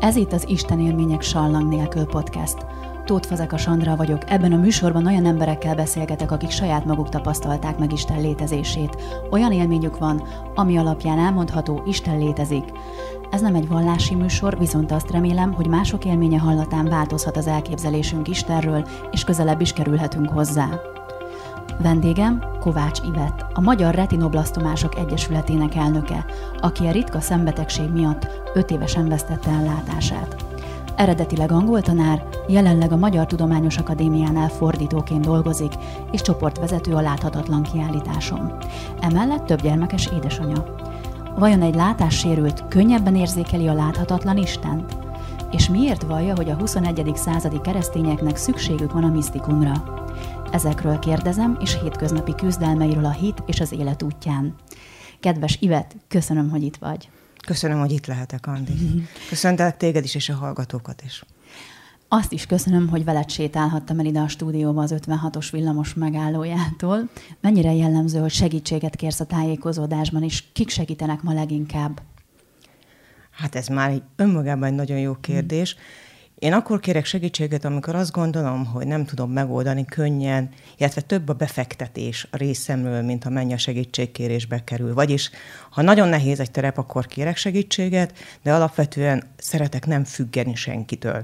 Ez itt az Isten élmények sallang nélkül podcast. Tóth Fazeka Sandra vagyok, ebben a műsorban olyan emberekkel beszélgetek, akik saját maguk tapasztalták meg Isten létezését. Olyan élményük van, ami alapján elmondható, Isten létezik. Ez nem egy vallási műsor, viszont azt remélem, hogy mások élménye hallatán változhat az elképzelésünk Istenről, és közelebb is kerülhetünk hozzá. Vendégem Kovács Ivett, a Magyar Retinoblasztomások Egyesületének elnöke, aki a ritka szembetegség miatt 5 évesen vesztette el látását. Eredetileg angol tanár, jelenleg a Magyar Tudományos Akadémiánál fordítóként dolgozik, és csoportvezető a Láthatatlan kiállításon. Emellett több gyermekes édesanya. Vajon egy látássérült könnyebben érzékeli a láthatatlan Istent? És miért vallja, hogy a 21. századi keresztényeknek szükségük van a misztikumra? Ezekről kérdezem, és hétköznapi küzdelmeiről a hit és az élet útján. Kedves Ivett, köszönöm, hogy itt vagy. Köszönöm, hogy itt lehetek, Andi. Köszöntelek téged is, és a hallgatókat is. Azt is köszönöm, hogy veled sétálhattam el ide a stúdióba az 56-os villamos megállójától. Mennyire jellemző, hogy segítséget kérsz a tájékozódásban, és kik segítenek ma leginkább? Hát ez már önmagában egy nagyon jó kérdés. Én akkor kérek segítséget, amikor azt gondolom, hogy nem tudom megoldani könnyen, illetve több a befektetés a részemről, mint amennyi a segítségkérésbe kerül. Vagyis, ha nagyon nehéz egy terep, akkor kérek segítséget, de alapvetően szeretek nem függeni senkitől.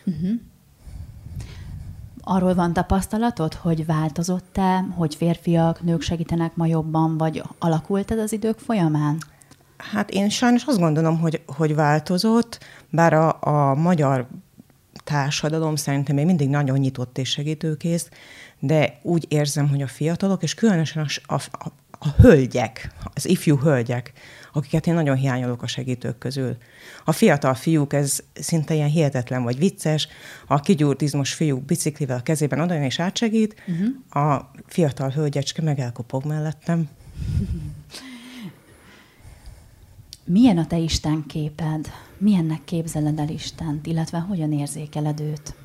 Arról van tapasztalatod, hogy változott-e, hogy férfiak, nők segítenek ma jobban, vagy alakult ez az idők folyamán? Hát én sajnos azt gondolom, hogy változott, bár a magyar társadalom szerintem még mindig nagyon nyitott és segítőkész, de úgy érzem, hogy a fiatalok, és különösen a hölgyek, az ifjú hölgyek, akiket én nagyon hiányolok a segítők közül. A fiatal fiúk, ez szinte ilyen hihetetlen vagy vicces, a kigyúrt izmos fiú biciklivel a kezében oda jön és átsegít, a fiatal hölgyecske meg elkopog mellettem. Milyen a te Isten képed? Milyennek képzeled el Istent, illetve hogyan érzékeled őt?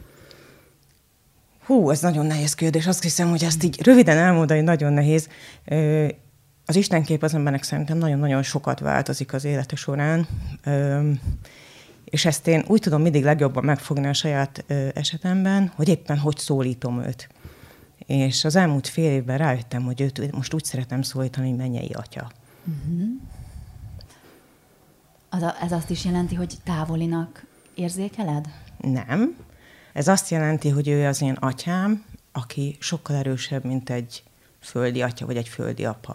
Ez nagyon nehéz kérdés. Azt hiszem, hogy ezt így röviden elmondani nagyon nehéz. Az Istenkép az embernek szerintem nagyon-nagyon sokat változik az élete során, és ezt én úgy tudom mindig legjobban megfogni a saját esetemben, hogy éppen hogy szólítom őt. És az elmúlt fél évben rájöttem, hogy őt most úgy szeretem szólítani, hogy mennyei atya. Ez azt is jelenti, hogy távolinak érzékeled? Nem. Ez azt jelenti, hogy ő az én atyám, aki sokkal erősebb, mint egy földi atya, vagy egy földi apa.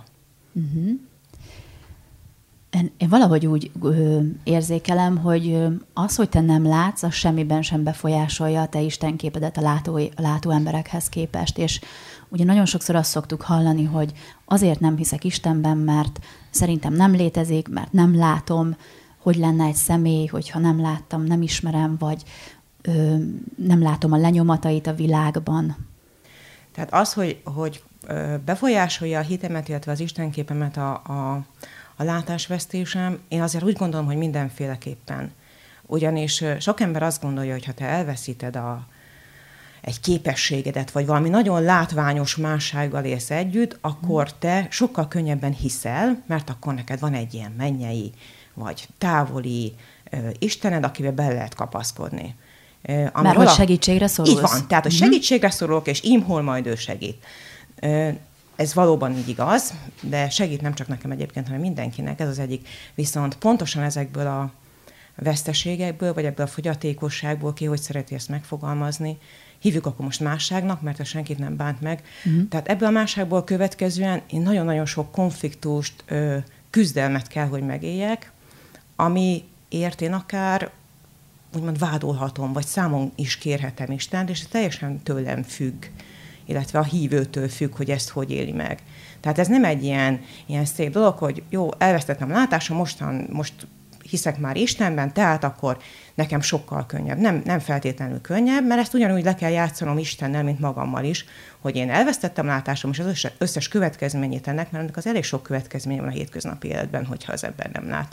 Én valahogy úgy érzékelem, hogy az, hogy te nem látsz, az semmiben sem befolyásolja a te istenképedet a látó emberekhez képest. És ugye nagyon sokszor azt szoktuk hallani, hogy azért nem hiszek Istenben, mert szerintem nem létezik, mert nem látom, hogy lenne egy személy, hogyha nem láttam, nem ismerem, vagy nem látom a lenyomatait a világban. Tehát az, hogy befolyásolja a hitemet, illetve az istenképemet a látásvesztésem, én azért úgy gondolom, hogy mindenféleképpen. Ugyanis sok ember azt gondolja, hogy ha te elveszíted egy képességedet, vagy valami nagyon látványos mássággal élsz együtt, akkor te sokkal könnyebben hiszel, mert akkor neked van egy ilyen mennyei, vagy távoli Istened, akivel bele lehet kapaszkodni. Mert hogy segítségre szorulsz. Így van, tehát hogy segítségre szorulok, és hol majd ő segít. Ez valóban így igaz, de segít nem csak nekem egyébként, hanem mindenkinek, ez az egyik. Viszont pontosan ezekből a veszteségekből, vagy ebből a fogyatékosságból, ki hogy szereti ezt megfogalmazni, hívjuk akkor most másságnak, mert ez senkit nem bánt meg. Tehát ebből a másságból következően én nagyon-nagyon sok konfliktust, küzdelmet kell, hogy megéljek, amiért én akár úgymond vádolhatom, vagy számon is kérhetem Istent, és ez teljesen tőlem függ, illetve a hívőtől függ, hogy ezt hogy éli meg. Tehát ez nem egy ilyen szép dolog, hogy jó, elvesztettem látásom, most hiszek már Istenben, tehát akkor nekem sokkal könnyebb. Nem feltétlenül könnyebb, mert ezt ugyanúgy le kell játszanom Istennel, mint magammal is, hogy én elvesztettem látásom, és az összes következményét ennek, mert ennek az elég sok következménye van a hétköznapi életben, hogyha az ember nem lát.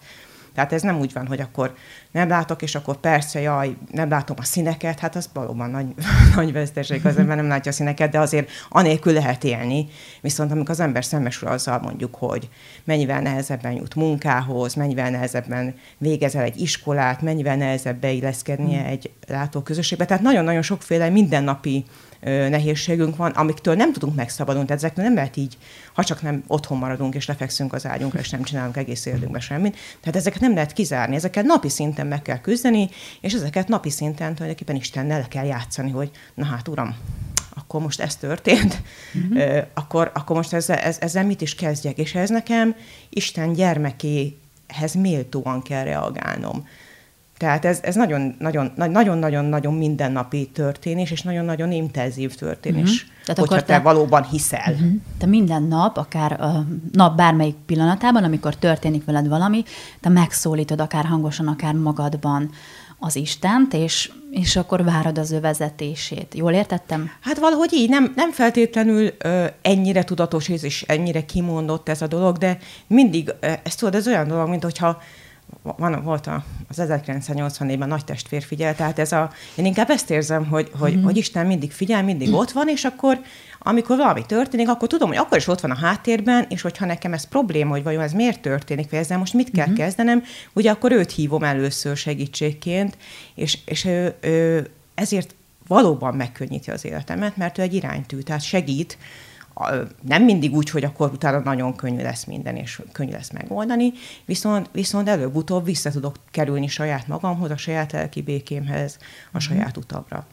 Tehát ez nem úgy van, hogy akkor nem látok, és akkor persze, jaj, nem látom a színeket, hát az valóban nagy veszteség, az ember nem látja a színeket, de azért anélkül lehet élni. Viszont amikor az ember szembesül azzal mondjuk, hogy mennyivel nehezebben jut munkához, mennyivel nehezebben végezel egy iskolát, mennyivel nehezebb beilleszkednie egy látóközösségbe. Tehát nagyon-nagyon sokféle mindennapi nehézségünk van, amiktől nem tudunk megszabadulni. Tehát ezekről nem lehet így, ha csak nem otthon maradunk, és lefekszünk az ágyunkra, és nem csinálunk egész életünkben semmit. Tehát ezeket nem lehet kizárni, ezeket napi szinten meg kell küzdeni, és ezeket napi szinten tulajdonképpen Istennel kell játszani, hogy na hát, Uram, akkor most ez történt, akkor most ezzel mit is kezdjek? És ez nekem Isten gyermekéhez méltóan kell reagálnom. Tehát ez nagyon-nagyon mindennapi történés, és nagyon-nagyon intenzív történés, hogyha te valóban hiszel. Te minden nap, akár a nap bármelyik pillanatában, amikor történik veled valami, te megszólítod akár hangosan, akár magadban az Istent, és akkor várod az ő vezetését. Jól értettem? Hát valahogy így, nem feltétlenül ennyire tudatos és ennyire kimondott ez a dolog, de mindig, ez olyan dolog, mint hogyha volt az 1984-ben Nagy testvér figyel, tehát én inkább ezt érzem, hogy Isten mindig figyel, mindig ott van, és akkor, amikor valami történik, akkor tudom, hogy akkor is ott van a háttérben, és hogyha nekem ez probléma, hogy vajon ez miért történik, vagy ezzel most mit kell kezdenem, ugye akkor őt hívom először segítségként, és ő ezért valóban megkönnyíti az életemet, mert ő egy iránytű, tehát segít, nem mindig úgy, hogy akkor utána nagyon könnyű lesz minden, és könnyű lesz megoldani, viszont előbb-utóbb vissza tudok kerülni saját magamhoz, a saját lelki békémhez, a saját utamra.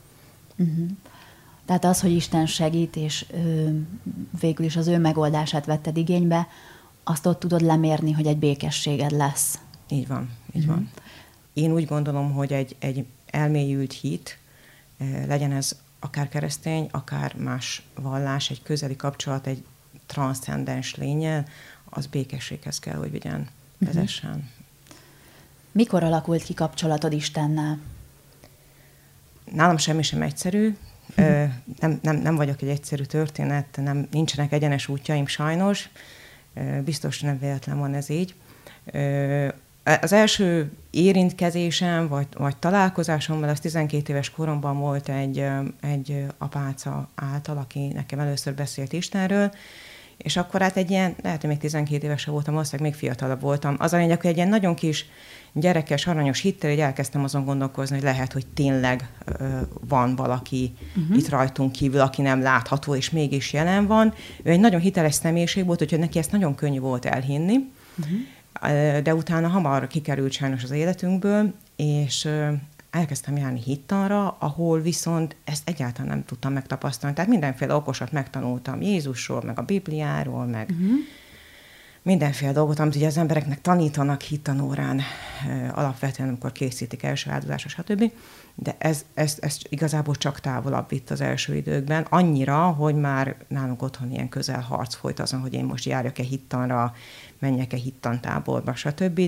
Tehát az, hogy Isten segít, és végül is az ő megoldását vetted igénybe, azt ott tudod lemérni, hogy egy békességed lesz. Így van, így van. Én úgy gondolom, hogy egy elmélyült hit, legyen ez akár keresztény, akár más vallás, egy közeli kapcsolat, egy transzcendens lénnyel, az békességhez kell, hogy vezessen. Mikor alakult ki kapcsolatod Istennel? Nálam semmi sem egyszerű. Nem vagyok egy egyszerű történet, nincsenek egyenes útjaim sajnos. Biztos nem véletlen van ez így. Az első érintkezésem, vagy találkozásommal, az 12 éves koromban volt egy apáca által, aki nekem először beszélt Istenről, és akkor hát egy ilyen, lehet, hogy még 12 évesen voltam, valószínűleg még fiatalabb voltam. Az a lényeg, hogy egy ilyen nagyon kis gyerekes, aranyos hittel, hogy elkezdtem azon gondolkozni, hogy lehet, hogy tényleg van valaki itt rajtunk kívül, aki nem látható, és mégis jelen van. Ő egy nagyon hiteles személyiség volt, úgyhogy neki ezt nagyon könnyű volt elhinni. De utána hamar kikerült sajnos az életünkből, és elkezdtem járni hittanra, ahol viszont ezt egyáltalán nem tudtam megtapasztalni. Tehát mindenféle okosat megtanultam Jézusról, meg a Bibliáról, meg mindenféle dolgot, amit ugye az embereknek tanítanak hittanórán, alapvetően, amikor készítik első áldozásra, stb. De ez igazából csak távolabb vitt az első időkben, annyira, hogy már nálunk otthon ilyen közel harc folyt azon, hogy én most járjak-e hittanra, menjek-e hittantáborba, stb.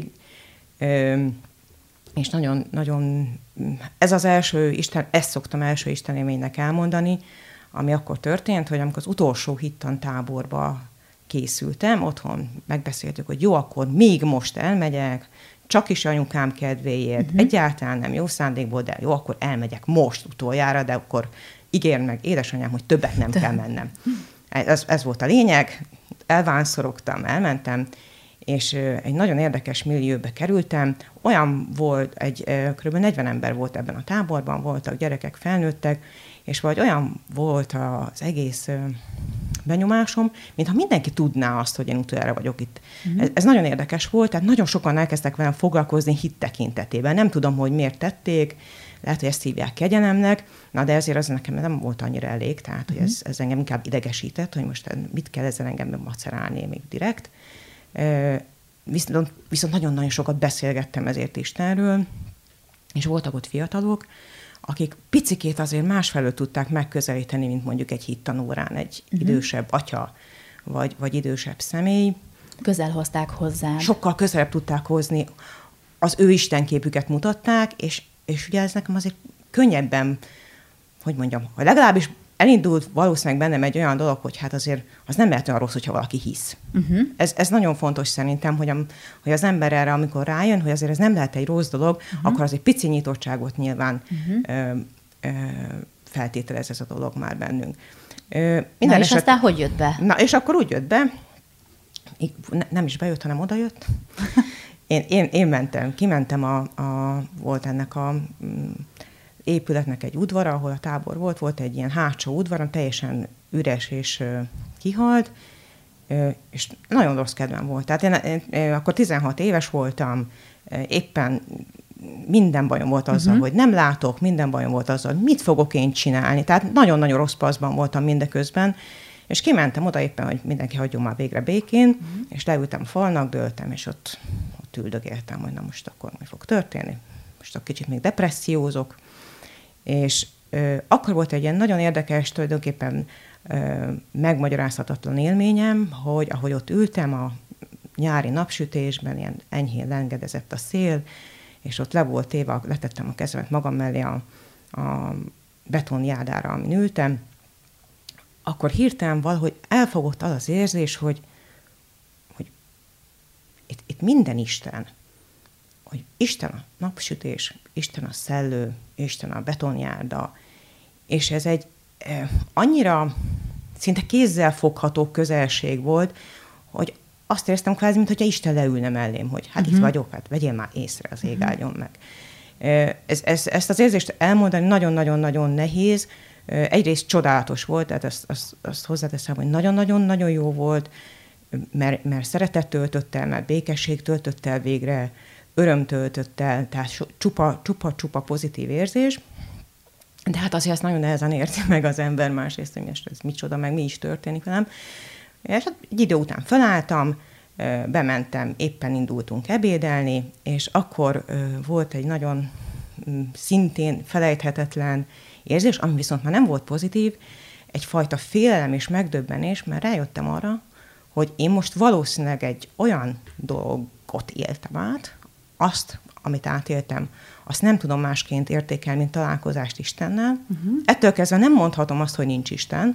És nagyon, ez az első Isten, ezt szoktam első istenélménynek elmondani, ami akkor történt, hogy amikor az utolsó hittantáborba készültem, otthon megbeszéltük, hogy jó, akkor még most elmegyek, csak is anyukám kedvéért, egyáltalán nem jó szándékból, de jó, akkor elmegyek most utoljára, de akkor ígérd meg, édesanyám, hogy többet nem kell mennem. Ez volt a lényeg, elvánszorogtam, elmentem, és egy nagyon érdekes millióbe kerültem. Olyan volt, kb. 40 ember volt ebben a táborban, voltak gyerekek, felnőttek, és vagy olyan volt az egész benyomásom, mintha mindenki tudná azt, hogy én utoljára vagyok itt. Ez nagyon érdekes volt, tehát nagyon sokan elkezdtek velem foglalkozni hit tekintetében. Nem tudom, hogy miért tették, lehet, hogy ezt hívják kegyelemnek, na de ezért az nekem nem volt annyira elég, tehát hogy ez engem inkább idegesített, hogy most mit kell ezzel engem macerálni még direkt. Viszont nagyon-nagyon sokat beszélgettem ezért Istenről, és voltak ott fiatalok, akik picikét azért másfelől tudták megközelíteni, mint mondjuk egy hittanórán egy idősebb atya, vagy idősebb személy. Közel hozták hozzá. Sokkal közelebb tudták hozni, az ő istenképüket mutatták, és ugye ez nekem azért könnyebben, hogy mondjam, legalábbis elindult valószínűleg bennem egy olyan dolog, hogy hát azért az nem lehet olyan rossz, hogyha valaki hisz. Ez nagyon fontos szerintem, hogy az ember erre, amikor rájön, hogy azért ez nem lehet egy rossz dolog, akkor az egy pici nyitottságot nyilván feltételez ez a dolog már bennünk. És aztán hogy jött be? Na, és akkor úgy jött be, nem is bejött, hanem oda jött. Én kimentem volt ennek a épületnek egy udvara, ahol a tábor volt egy ilyen hátsó udvar, teljesen üres és kihalt, és nagyon rossz kedvem volt. Tehát én akkor 16 éves voltam, éppen minden bajom volt azzal, hogy nem látok, minden bajom volt azzal, hogy mit fogok én csinálni. Tehát nagyon-nagyon rossz paszban voltam mindeközben, és kimentem oda éppen, hogy mindenki hagyjon már végre békén, és leültem a falnak, dőltem, és ott üldögéltem, hogy na most akkor mi fog történni. Most egy kicsit még depressziózok, és akkor volt egy ilyen nagyon érdekes, tulajdonképpen megmagyarázhatatlan élményem, hogy ahogy ott ültem a nyári napsütésben, ilyen enyhén lengedezett a szél, és ott le volt téve, letettem a kezemet magam mellé a betonjádára, amin ültem, akkor hirtelen valahogy elfogott az érzés, hogy itt minden Isten, hogy Isten a napsütés, Isten a szellő, Isten a betonjárda, és ez egy annyira szinte kézzel fogható közelség volt, hogy azt éreztem kvázi, mintha Isten leülne mellém, hogy hát itt vagyok, hát vegyél már észre, az ég áldjon meg. Ezt az érzést elmondani nagyon-nagyon-nagyon nehéz. Egyrészt csodálatos volt, tehát azt hozzáteszem, hogy nagyon-nagyon-nagyon jó volt, mert szeretet töltött el, mert békesség töltött el végre, öröm töltött el, tehát csupa pozitív érzés. De hát azért ezt nagyon nehezen érti meg az ember, másrészt, hogy ez micsoda, meg mi is történik velem. És hát egy idő után felálltam, bementem, éppen indultunk ebédelni, és akkor volt egy nagyon szintén felejthetetlen érzés, ami viszont már nem volt pozitív, egyfajta félelem és megdöbbenés, mert rájöttem arra, hogy én most valószínűleg egy olyan dolgot éltem át, azt, amit átéltem, azt nem tudom másként értékelni, mint találkozást Istennel. Ettől kezdve nem mondhatom azt, hogy nincs Isten,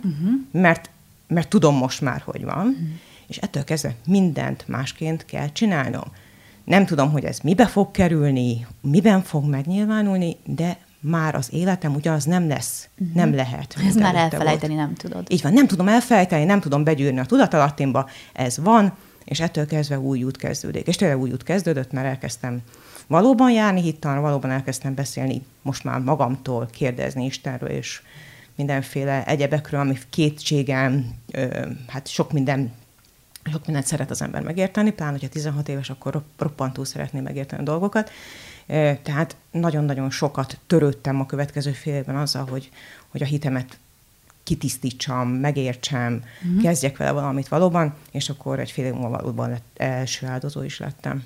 mert tudom most már, hogy van, és ettől kezdve mindent másként kell csinálnom. Nem tudom, hogy ez mibe fog kerülni, miben fog megnyilvánulni, de már az életem ugyanaz nem lesz, nem lehet. Ez már elfelejteni volt. Nem tudod. Így van, nem tudom elfelejteni, nem tudom begyűrni a tudatalattimba, ez van, és ettől kezdve új út kezdődik. És tényleg új út kezdődött, mert elkezdtem valóban járni hittanra, valóban elkezdtem beszélni most már magamtól, kérdezni Istenről, és mindenféle egyebekről, ami kétségem, hát sok mindent szeret az ember megérteni, pláne, hogyha 16 éves, akkor roppantúl szeretné megérteni a dolgokat. Tehát nagyon-nagyon sokat törődtem a következő fél évben azzal, hogy a hitemet kitisztítsam, megértsem, kezdjek vele valamit valóban, és akkor egy fél év múlva valóban első áldozó is lettem.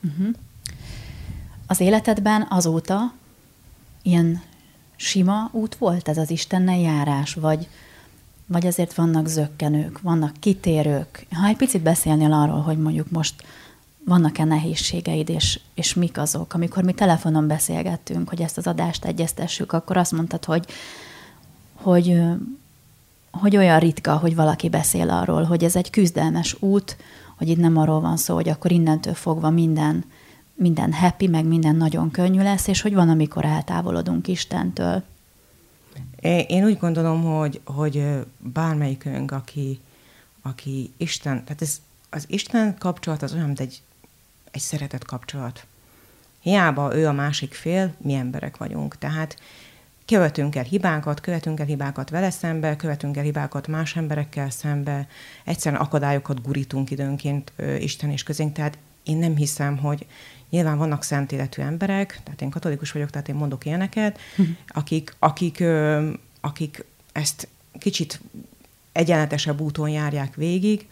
Az életedben azóta ilyen sima út volt ez az Istennel járás, vagy azért vannak zökkenők, vannak kitérők? Ha egy picit beszélnél arról, hogy mondjuk most vannak-e nehézségeid, és mik azok? Amikor mi telefonon beszélgettünk, hogy ezt az adást egyeztessük, akkor azt mondtad, hogy olyan ritka, hogy valaki beszél arról, hogy ez egy küzdelmes út, hogy itt nem arról van szó, hogy akkor innentől fogva minden happy, meg minden nagyon könnyű lesz, és hogy van, amikor eltávolodunk Istentől. Én úgy gondolom, hogy bármelyikünk, aki Isten, tehát az Isten kapcsolat az olyan, mint egy szeretet kapcsolat. Hiába ő a másik fél, mi emberek vagyunk. Tehát követünk el hibákat vele szembe, követünk el hibákat más emberekkel szembe, egyszerűen akadályokat gurítunk időnként Isten és közénk. Tehát én nem hiszem, hogy nyilván vannak szent életű emberek, tehát én katolikus vagyok, tehát én mondok ilyeneket, akik ezt kicsit egyenletesebb úton járják végig,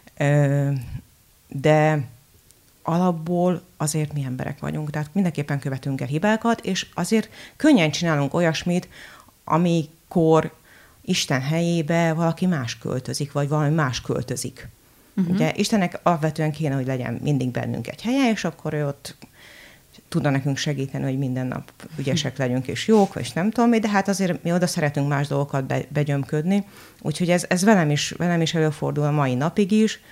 de alapból azért mi emberek vagyunk, tehát mindenképpen követünk el hibákat, és azért könnyen csinálunk olyasmit, amikor Isten helyébe valaki más költözik, vagy valami más költözik. Ugye Istennek alapvetően kéne, hogy legyen mindig bennünk egy helye, és akkor ő ott tudna nekünk segíteni, hogy minden nap ügyesek legyünk és jók, és nem tudom mi, de hát azért mi oda szeretünk más dolgokat begyömködni. Úgyhogy ez velem is előfordul a mai napig is.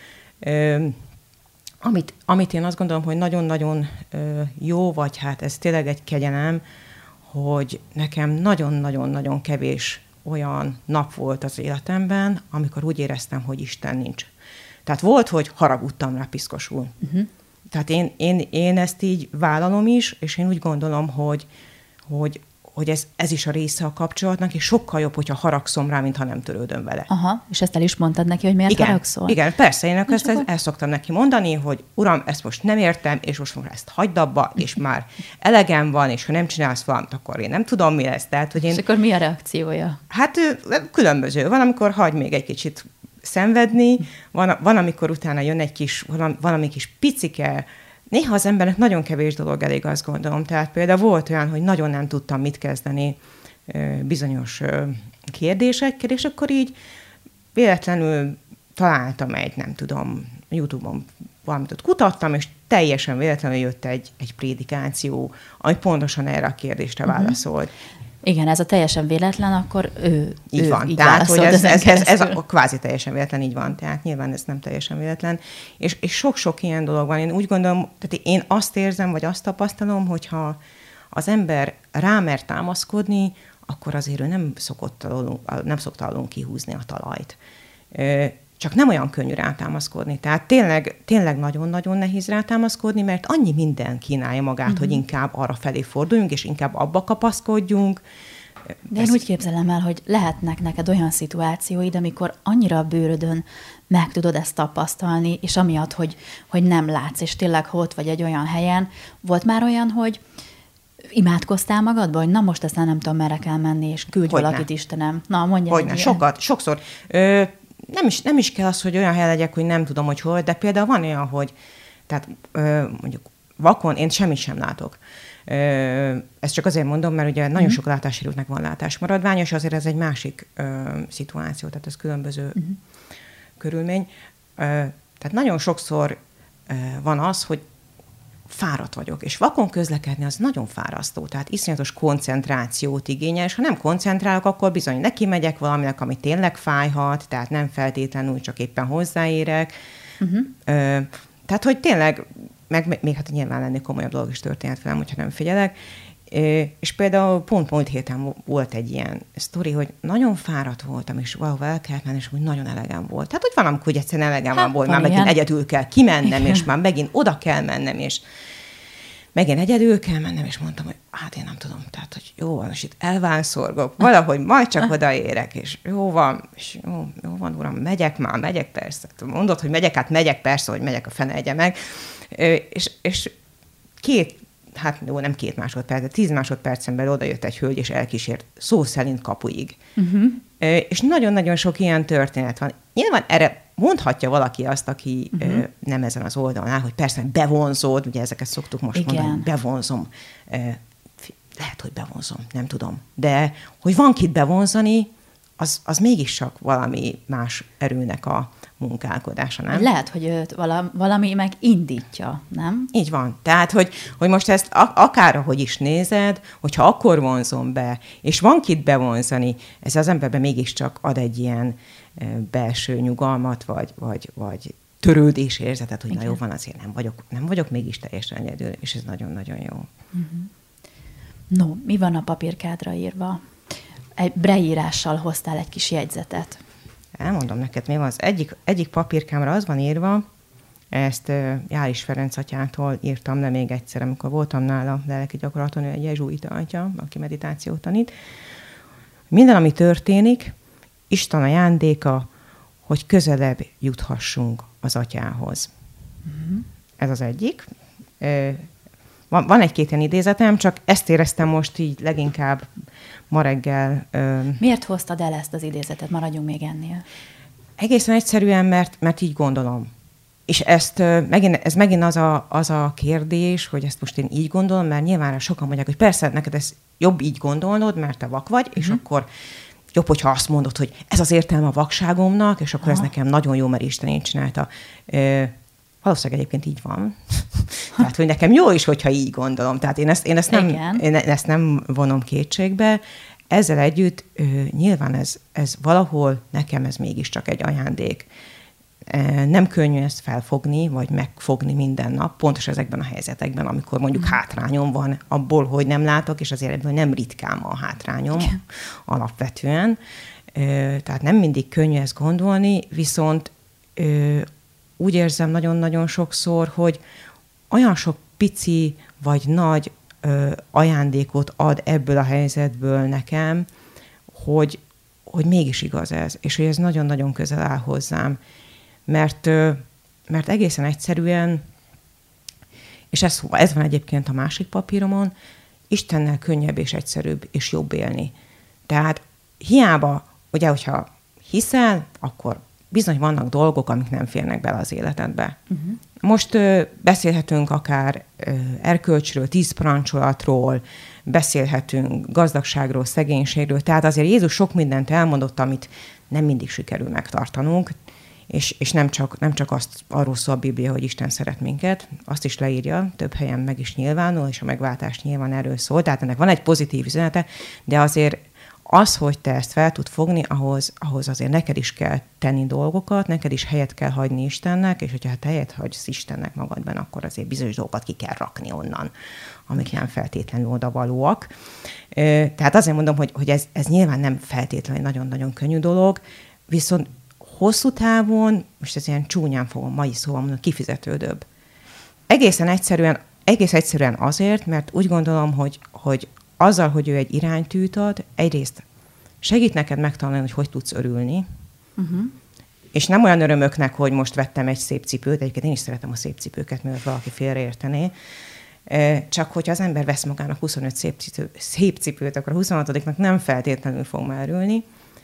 Amit én azt gondolom, hogy nagyon-nagyon jó, vagy hát ez tényleg egy kegyelem, hogy nekem nagyon-nagyon-nagyon kevés olyan nap volt az életemben, amikor úgy éreztem, hogy Isten nincs. Tehát volt, hogy haragudtam rá piszkosul. Tehát én ezt így vállalom is, és én úgy gondolom, hogy ez is a része a kapcsolatnak, és sokkal jobb, hogyha haragszom rá, mintha nem törődöm vele. Aha, és ezt el is mondtad neki, hogy miért haragszol? Igen, persze, én ezt el szoktam neki mondani, hogy uram, ezt most nem értem, és most ezt hagyd abba, és már elegem van, és ha nem csinálsz valamit, akkor én nem tudom, mi lesz. Tehát, hogy és akkor mi a reakciója? Hát különböző. Van, amikor hagy még egy kicsit szenvedni, van amikor utána jön egy kis, valami kis picike. Néha az embernek nagyon kevés dolog elég, azt gondolom. Tehát például volt olyan, hogy nagyon nem tudtam mit kezdeni bizonyos kérdésekkel, és akkor így véletlenül találtam nem tudom, YouTube-on valamit ott kutattam, és teljesen véletlenül jött egy prédikáció, ami pontosan erre a kérdésre válaszolt. Igen, ez a teljesen véletlen, akkor ő van. Így tehát, hogy ez a kvázi teljesen véletlen, így van. Tehát nyilván ez nem teljesen véletlen. És sok-sok ilyen dolog van. Én úgy gondolom, tehát én azt érzem, vagy azt tapasztalom, hogyha az ember rámer támaszkodni, akkor azért ő nem szokta alul kihúzni a talajt. Csak nem olyan könnyű rátámaszkodni. Tehát tényleg nagyon-nagyon nehéz rátámaszkodni, mert annyi minden kínálja magát, hogy inkább arra felé forduljunk, és inkább abba kapaszkodjunk. De én úgy képzelem el, hogy lehetnek neked olyan szituációid, amikor annyira a bőrödön meg tudod ezt tapasztalni, és amiatt, hogy nem látsz, és tényleg ott vagy egy olyan helyen. Volt már olyan, hogy imádkoztál magadba, hogy na most aztán nem tudom, merre kell menni, és küldj valakit, Istenem. Na, mondjál. Hogyne, sokszor. Nem is kell az, hogy olyan hely legyek, hogy nem tudom, hogy hol, de például van olyan, hogy tehát mondjuk vakon én semmit sem látok. Ezt csak azért mondom, mert ugye nagyon sok látássérültnek van látásmaradvány, és azért ez egy másik szituáció, tehát ez különböző körülmény. Tehát nagyon sokszor van az, hogy fáradt vagyok, és vakon közlekedni az nagyon fárasztó, tehát iszonyatos koncentrációt igényel, és ha nem koncentrálok, akkor bizony neki megyek valaminek, ami tényleg fájhat, tehát nem feltétlenül csak éppen hozzáérek. Tehát, hogy tényleg, meg még hát nyilván lenni komolyabb dolog is történhet velem, hogyha nem figyelek. És például pont múlt héten volt egy ilyen sztori, hogy nagyon fáradt voltam, és valahol el kellett menni, és úgy nagyon elegem volt. Tehát, hogy van, amikor egyszerűen elegem van volt, már megint egyedül kell kimennem, és már megint oda kell mennem, és megint egyedül kell mennem, és mondtam, hogy hát én nem tudom, tehát, hogy jó van, és itt elvánszorgok, valahogy majd csak odaérek, és jó van, uram, megyek persze. Mondod, hogy megyek persze, hogy megyek, a fene egye meg. És nem 2 másodperc, de 10 másodpercen belül odajött egy hölgy, és elkísért szó szerint kapuig. És nagyon-nagyon sok ilyen történet van. Nyilván erre mondhatja valaki azt, aki nem ezen az oldalon áll, hogy persze bevonzód, ugye ezeket szoktuk most mondani, bevonzom. Lehet, hogy bevonzom, nem tudom. De hogy van kit bevonzani, az mégis csak valami más erőnek a munkálkodása, nem? Lehet, hogy őt valami meg indítja, nem? Így van. Tehát, hogy most ezt akárhogy is nézed, hogyha akkor vonzom be, és van kit bevonzani, ez az emberben mégiscsak ad egy ilyen belső nyugalmat, vagy törődés érzetet, hogy na jó van, azért nem vagyok mégis teljesen egyedül, és ez nagyon-nagyon jó. No, mi van a papírkádra írva? Egy breírással hoztál egy kis jegyzetet. Elmondom neked, mi van. Az egyik papírkámra az van írva, ezt Jális Ferenc atyától írtam le még egyszer, amikor voltam nála lelki gyakorlaton, ő egy jezsuita atya, aki meditációt tanít. Minden, ami történik, Isten ajándéka, hogy közelebb juthassunk az atyához. Ez az egyik. Van egy-két ilyen idézetem, csak ezt éreztem most így leginkább ma reggel. Miért hoztad el ezt az idézetet? Maradjunk még ennél. Egészen egyszerűen, mert így gondolom. És ez megint az a kérdés, hogy ezt most én így gondolom, mert nyilván sokan mondják, hogy persze, neked ez jobb így gondolnod, mert te vak vagy, és akkor jobb, hogyha azt mondod, hogy ez az értelme a vakságomnak, és akkor ez nekem nagyon jó, mert Isten így csinálta. Valószínűleg egyébként így van. Tehát, hogy nekem jó is, hogyha így gondolom. Tehát én ezt nem vonom kétségbe. Ezzel együtt nyilván ez valahol nekem ez mégiscsak egy ajándék. Nem könnyű ezt felfogni, vagy megfogni minden nap, pontos ezekben a helyzetekben, amikor mondjuk hátrányom van abból, hogy nem látok, és azért ebből nem ritkán a hátrányom alapvetően. Tehát nem mindig könnyű ezt gondolni, viszont úgy érzem nagyon-nagyon sokszor, hogy olyan sok pici vagy nagy ajándékot ad ebből a helyzetből nekem, hogy mégis igaz ez, és hogy ez nagyon-nagyon közel áll hozzám. Mert egészen egyszerűen, és ez van egyébként a másik papíromon, Istennel könnyebb és egyszerűbb és jobb élni. Tehát hiába, ugye, hogyha hiszel, akkor bizony vannak dolgok, amik nem férnek bele az életedbe. Uh-huh. Most beszélhetünk akár erkölcsről, 10 parancsolatról, beszélhetünk gazdagságról, szegénységről, tehát azért Jézus sok mindent elmondott, amit nem mindig sikerül megtartanunk, és nem csak arról szól a Biblia, hogy Isten szeret minket, azt is leírja, több helyen meg is nyilvánul, és a megváltás nyilván erről szól, tehát ennek van egy pozitív üzenete, de azért az, hogy te ezt fel tud fogni, ahhoz azért neked is kell tenni dolgokat, neked is helyet kell hagyni Istennek, és hogyha te helyet hagysz Istennek magadban, akkor azért bizonyos dolgokat ki kell rakni onnan, amik nem feltétlenül odavalóak. Tehát azért mondom, hogy ez nyilván nem feltétlenül nagyon-nagyon könnyű dolog, viszont hosszú távon, most ez ilyen csúnyán fogom mai szóval mondani, kifizetődőbb. Egész egyszerűen azért, mert úgy gondolom, hogy azzal, hogy ő egy iránytűt ad, egyrészt segít neked megtanulni, hogy tudsz örülni, és nem olyan örömöknek, hogy most vettem egy szép cipőt, egyébként én is szeretem a szép cipőket, mielőtt valaki félreértené, csak hogyha az ember vesz magának 25 szép cipőt, akkor a 26-nak nem feltétlenül fog már örülni.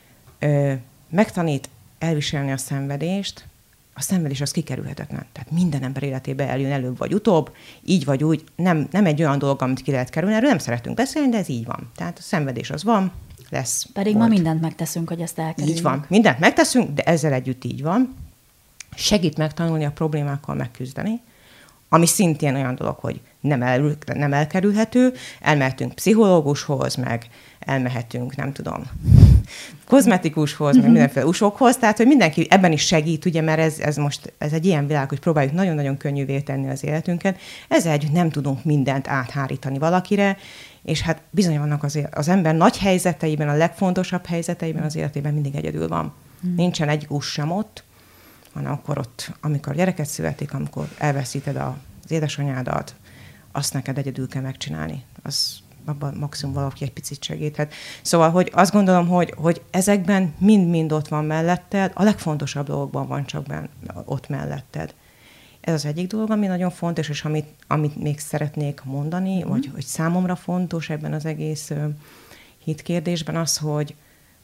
Megtanít elviselni a szenvedést, a szenvedés az kikerülhetetlen. Tehát minden ember életében eljön előbb vagy utóbb, így vagy úgy, nem egy olyan dolog, amit ki lehet kerülni, erről nem szeretünk beszélni, de ez így van. Tehát a szenvedés az van, lesz. Pedig ma mindent megteszünk, hogy ezt elkerüljük. Így van, mindent megteszünk, de ezzel együtt így van. Segít megtanulni a problémákkal megküzdeni, ami szintén olyan dolog, hogy nem elkerülhető. Elmehetünk pszichológushoz, meg elmehetünk, nem tudom, kozmetikushoz, meg mindenféle usokhoz, tehát, hogy mindenki ebben is segít, ugye, mert ez egy ilyen világ, hogy próbáljuk nagyon-nagyon könnyűvé tenni az életünket. Ezzel együtt nem tudunk mindent áthárítani valakire, és hát bizony vannak az ember nagy helyzeteiben, a legfontosabb helyzeteiben az életében mindig egyedül van. Nincsen egy us sem ott, hanem akkor ott, amikor gyereket születik, amikor elveszíted az édesanyádat, azt neked egyedül kell megcsinálni. Abban maximum valaki egy picit segíthet. Szóval, hogy azt gondolom, hogy ezekben mind-mind ott van melletted, a legfontosabb dolgokban van csak ott melletted. Ez az egyik dolog, ami nagyon fontos, és amit még szeretnék mondani, vagy hogy számomra fontos ebben az egész hitkérdésben az, hogy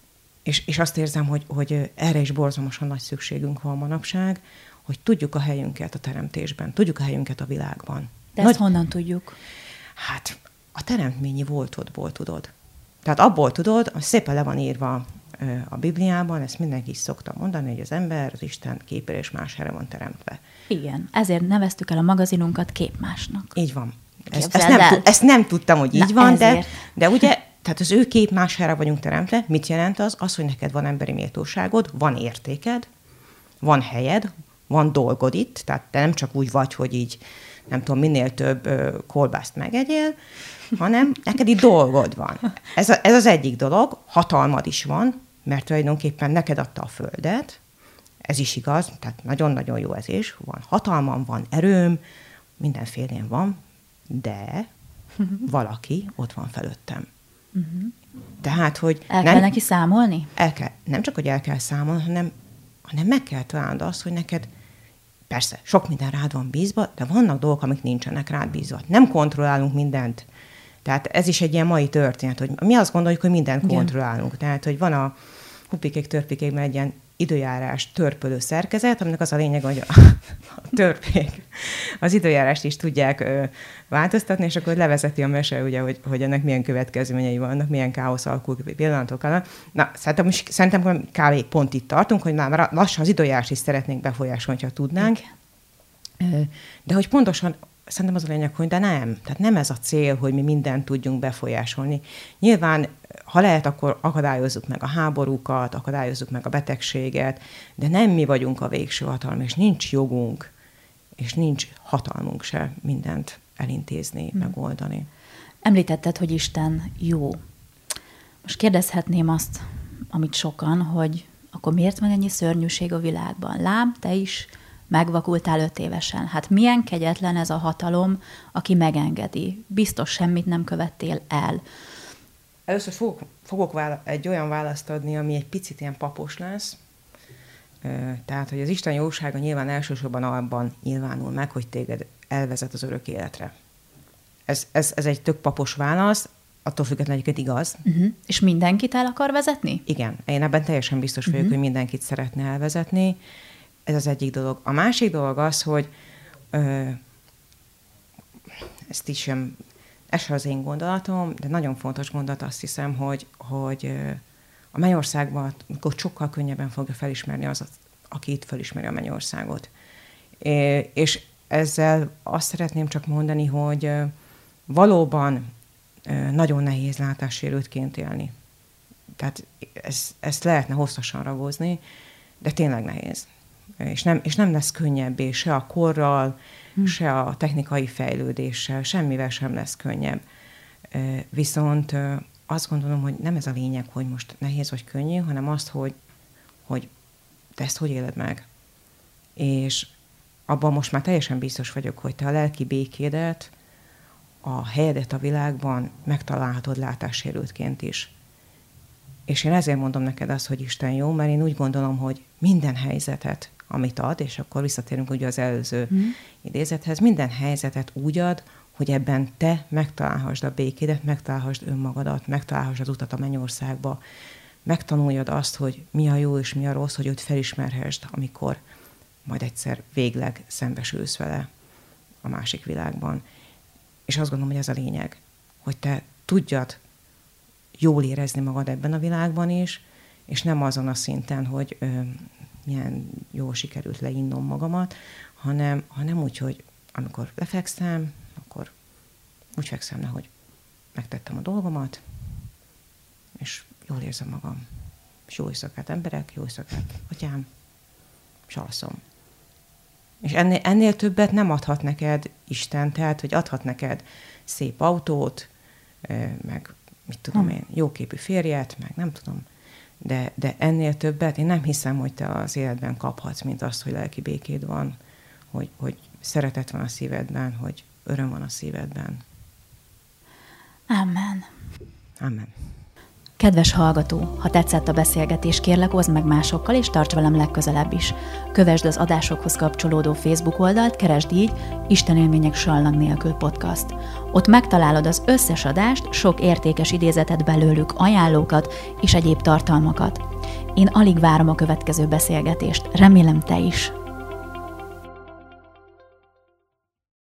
és azt érzem, hogy erre is borzalmasan nagy szükségünk van manapság, hogy tudjuk a helyünket a teremtésben, tudjuk a helyünket a világban. De ezt honnan tudjuk? Hát a teremtményi voltodból tudod. Tehát abból tudod, hogy szépen le van írva a Bibliában, ezt mindenki is szokta mondani, hogy az ember az Isten képére és mására van teremtve. Igen, ezért neveztük el a magazinunkat Képmásnak. Így van. Ezt nem tudtam, hogy így van, de ugye, tehát az ő képmására vagyunk teremtve. Mit jelent az? Az, hogy neked van emberi méltóságod, van értéked, van helyed, van dolgod itt, tehát te nem csak úgy vagy, hogy így, nem tudom, minél több kolbászt megegyél, hanem neked itt dolgod van. Ez az egyik dolog, hatalmad is van, mert tulajdonképpen neked adta a földet, ez is igaz, tehát nagyon-nagyon jó ez is, van hatalmam, van erőm, mindenfélén van, de valaki ott van felőttem. Tehát, hogy el kell neki számolni? Nem csak, hogy el kell számolni, hanem meg kell találnod azt, hogy neked persze, sok minden rád van bízva, de vannak dolgok, amik nincsenek rád bízva. Nem kontrollálunk mindent. Tehát ez is egy ilyen mai történet, hogy mi azt gondoljuk, hogy mindent kontrollálunk. Tehát, hogy van a Hupikék-törpikékben egy ilyen időjárás törpölő szerkezet, aminek az a lényeg, hogy a törpék az időjárást is tudják változtatni, és akkor levezeti a mese, ugye, hogy ennek milyen következményei vannak, milyen káosz alakul pillanatok alatt. Na, szerintem kb. Pont itt tartunk, hogy már lassan az időjárást is szeretnénk befolyásolni, ha tudnánk. De hogy pontosan szerintem az a lényeg, hogy de nem. Tehát nem ez a cél, hogy mi mindent tudjunk befolyásolni. Nyilván, ha lehet, akkor akadályozzuk meg a háborúkat, akadályozzuk meg a betegséget, de nem mi vagyunk a végső hatalom, és nincs jogunk, és nincs hatalmunk se mindent elintézni, megoldani. Említetted, hogy Isten jó. Most kérdezhetném azt, amit sokan, hogy akkor miért van ennyi szörnyűség a világban? Lám, te is megvakultál 5 évesen. Hát milyen kegyetlen ez a hatalom, aki megengedi. Biztos semmit nem követtél el. Először fogok egy olyan választ adni, ami egy picit ilyen papos lesz. Tehát, hogy az Isten jósága nyilván elsősorban abban nyilvánul meg, hogy téged elvezet az örök életre. Ez egy tök papos válasz, attól függetlenül egyébként igaz. És mindenkit el akar vezetni? Igen, én ebben teljesen biztos vagyok, hogy mindenkit szeretne elvezetni. Ez az egyik dolog. A másik dolog az, hogy ezt is sem, ez sem az én gondolatom, de nagyon fontos gondolat, azt hiszem, hogy a mennyországban sokkal könnyebben fogja felismerni az, aki itt felismeri a mennyországot. És ezzel azt szeretném csak mondani, hogy valóban nagyon nehéz látássérültként élni. Tehát ezt lehetne hosszasan ragozni, de tényleg nehéz. És nem lesz könnyebbé se a korral, se a technikai fejlődéssel, semmivel sem lesz könnyebb. Viszont azt gondolom, hogy nem ez a lényeg, hogy most nehéz vagy könnyű, hanem azt, hogy te ezt hogy éled meg. És abban most már teljesen biztos vagyok, hogy te a lelki békédet, a helyedet a világban megtalálhatod látássérültként is. És én ezért mondom neked azt, hogy Isten jó, mert én úgy gondolom, hogy minden helyzetet, amit ad, és akkor visszatérünk ugye az előző idézethez, minden helyzetet úgy ad, hogy ebben te megtalálhassd a békédet, megtalálhassd önmagadat, megtalálhassd az utat a mennyországba, megtanuljad azt, hogy mi a jó és mi a rossz, hogy őt felismerhessd, amikor majd egyszer végleg szembesülsz vele a másik világban. És azt gondolom, hogy ez a lényeg, hogy te tudjad jól érezni magad ebben a világban is, és nem azon a szinten, hogy milyen jól sikerült leinnom magamat, hanem úgy, hogy amikor lefekszem, akkor úgy fekszem le, hogy megtettem a dolgomat, és jól érzem magam. És jó éjszakát emberek, jó éjszakát atyám, és alszom. És ennél többet nem adhat neked Isten, tehát, hogy adhat neked szép autót, meg mit tudom én, jóképű férjet, meg nem tudom, de ennél többet én nem hiszem, hogy te az életben kaphatsz, mint azt, hogy lelki békéd van, hogy szeretet van a szívedben, hogy öröm van a szívedben. Amen. Amen. Kedves hallgató, ha tetszett a beszélgetés, kérlek oszd meg másokkal, és tarts velem legközelebb is. Kövesd az adásokhoz kapcsolódó Facebook oldalt, keresd így Isten élmények sallang nélkül podcast. Ott megtalálod az összes adást, sok értékes idézetet belőlük, ajánlókat és egyéb tartalmakat. Én alig várom a következő beszélgetést, remélem te is.